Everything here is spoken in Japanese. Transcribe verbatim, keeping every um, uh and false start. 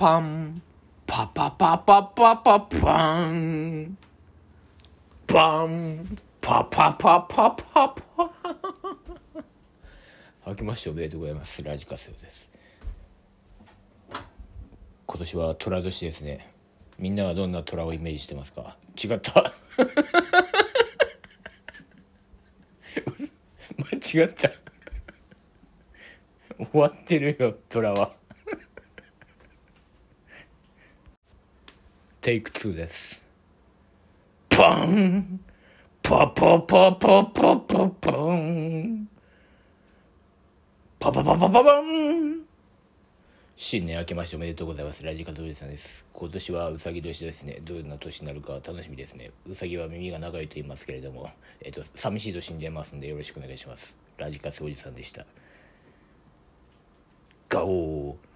パンパパパパパパパンパンパパパパパパ明けましておめでとうございます。ラジカセオです。今年は寅年ですね。みんなはどんな虎をイメージしてますか？違った間違った終わってるよ虎はテイクツーです。パンパパパパパパパンパパパパパパン。新年明けましておめでとうございます。ラジカセおじさんです。今年はうさぎ年ですね。どんな年になるか楽しみですね。うさぎは耳が長いと言いますけれども、えっと寂しいと死んじゃいますんでよろしくお願いします。ラジカセおじさんでした。ガオー。